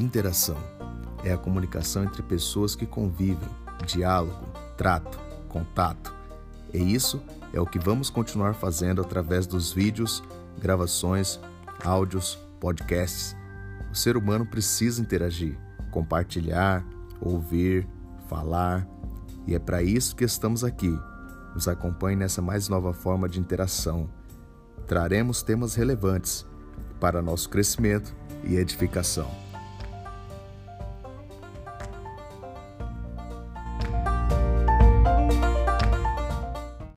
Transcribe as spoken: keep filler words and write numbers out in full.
Interação é a comunicação entre pessoas que convivem, diálogo, trato, contato. E isso é o que vamos continuar fazendo através dos vídeos, gravações, áudios, podcasts. O ser humano precisa interagir, compartilhar, ouvir, falar. E é para isso que estamos aqui. Nos acompanhe nessa mais nova forma de interação. Traremos temas relevantes para nosso crescimento e edificação.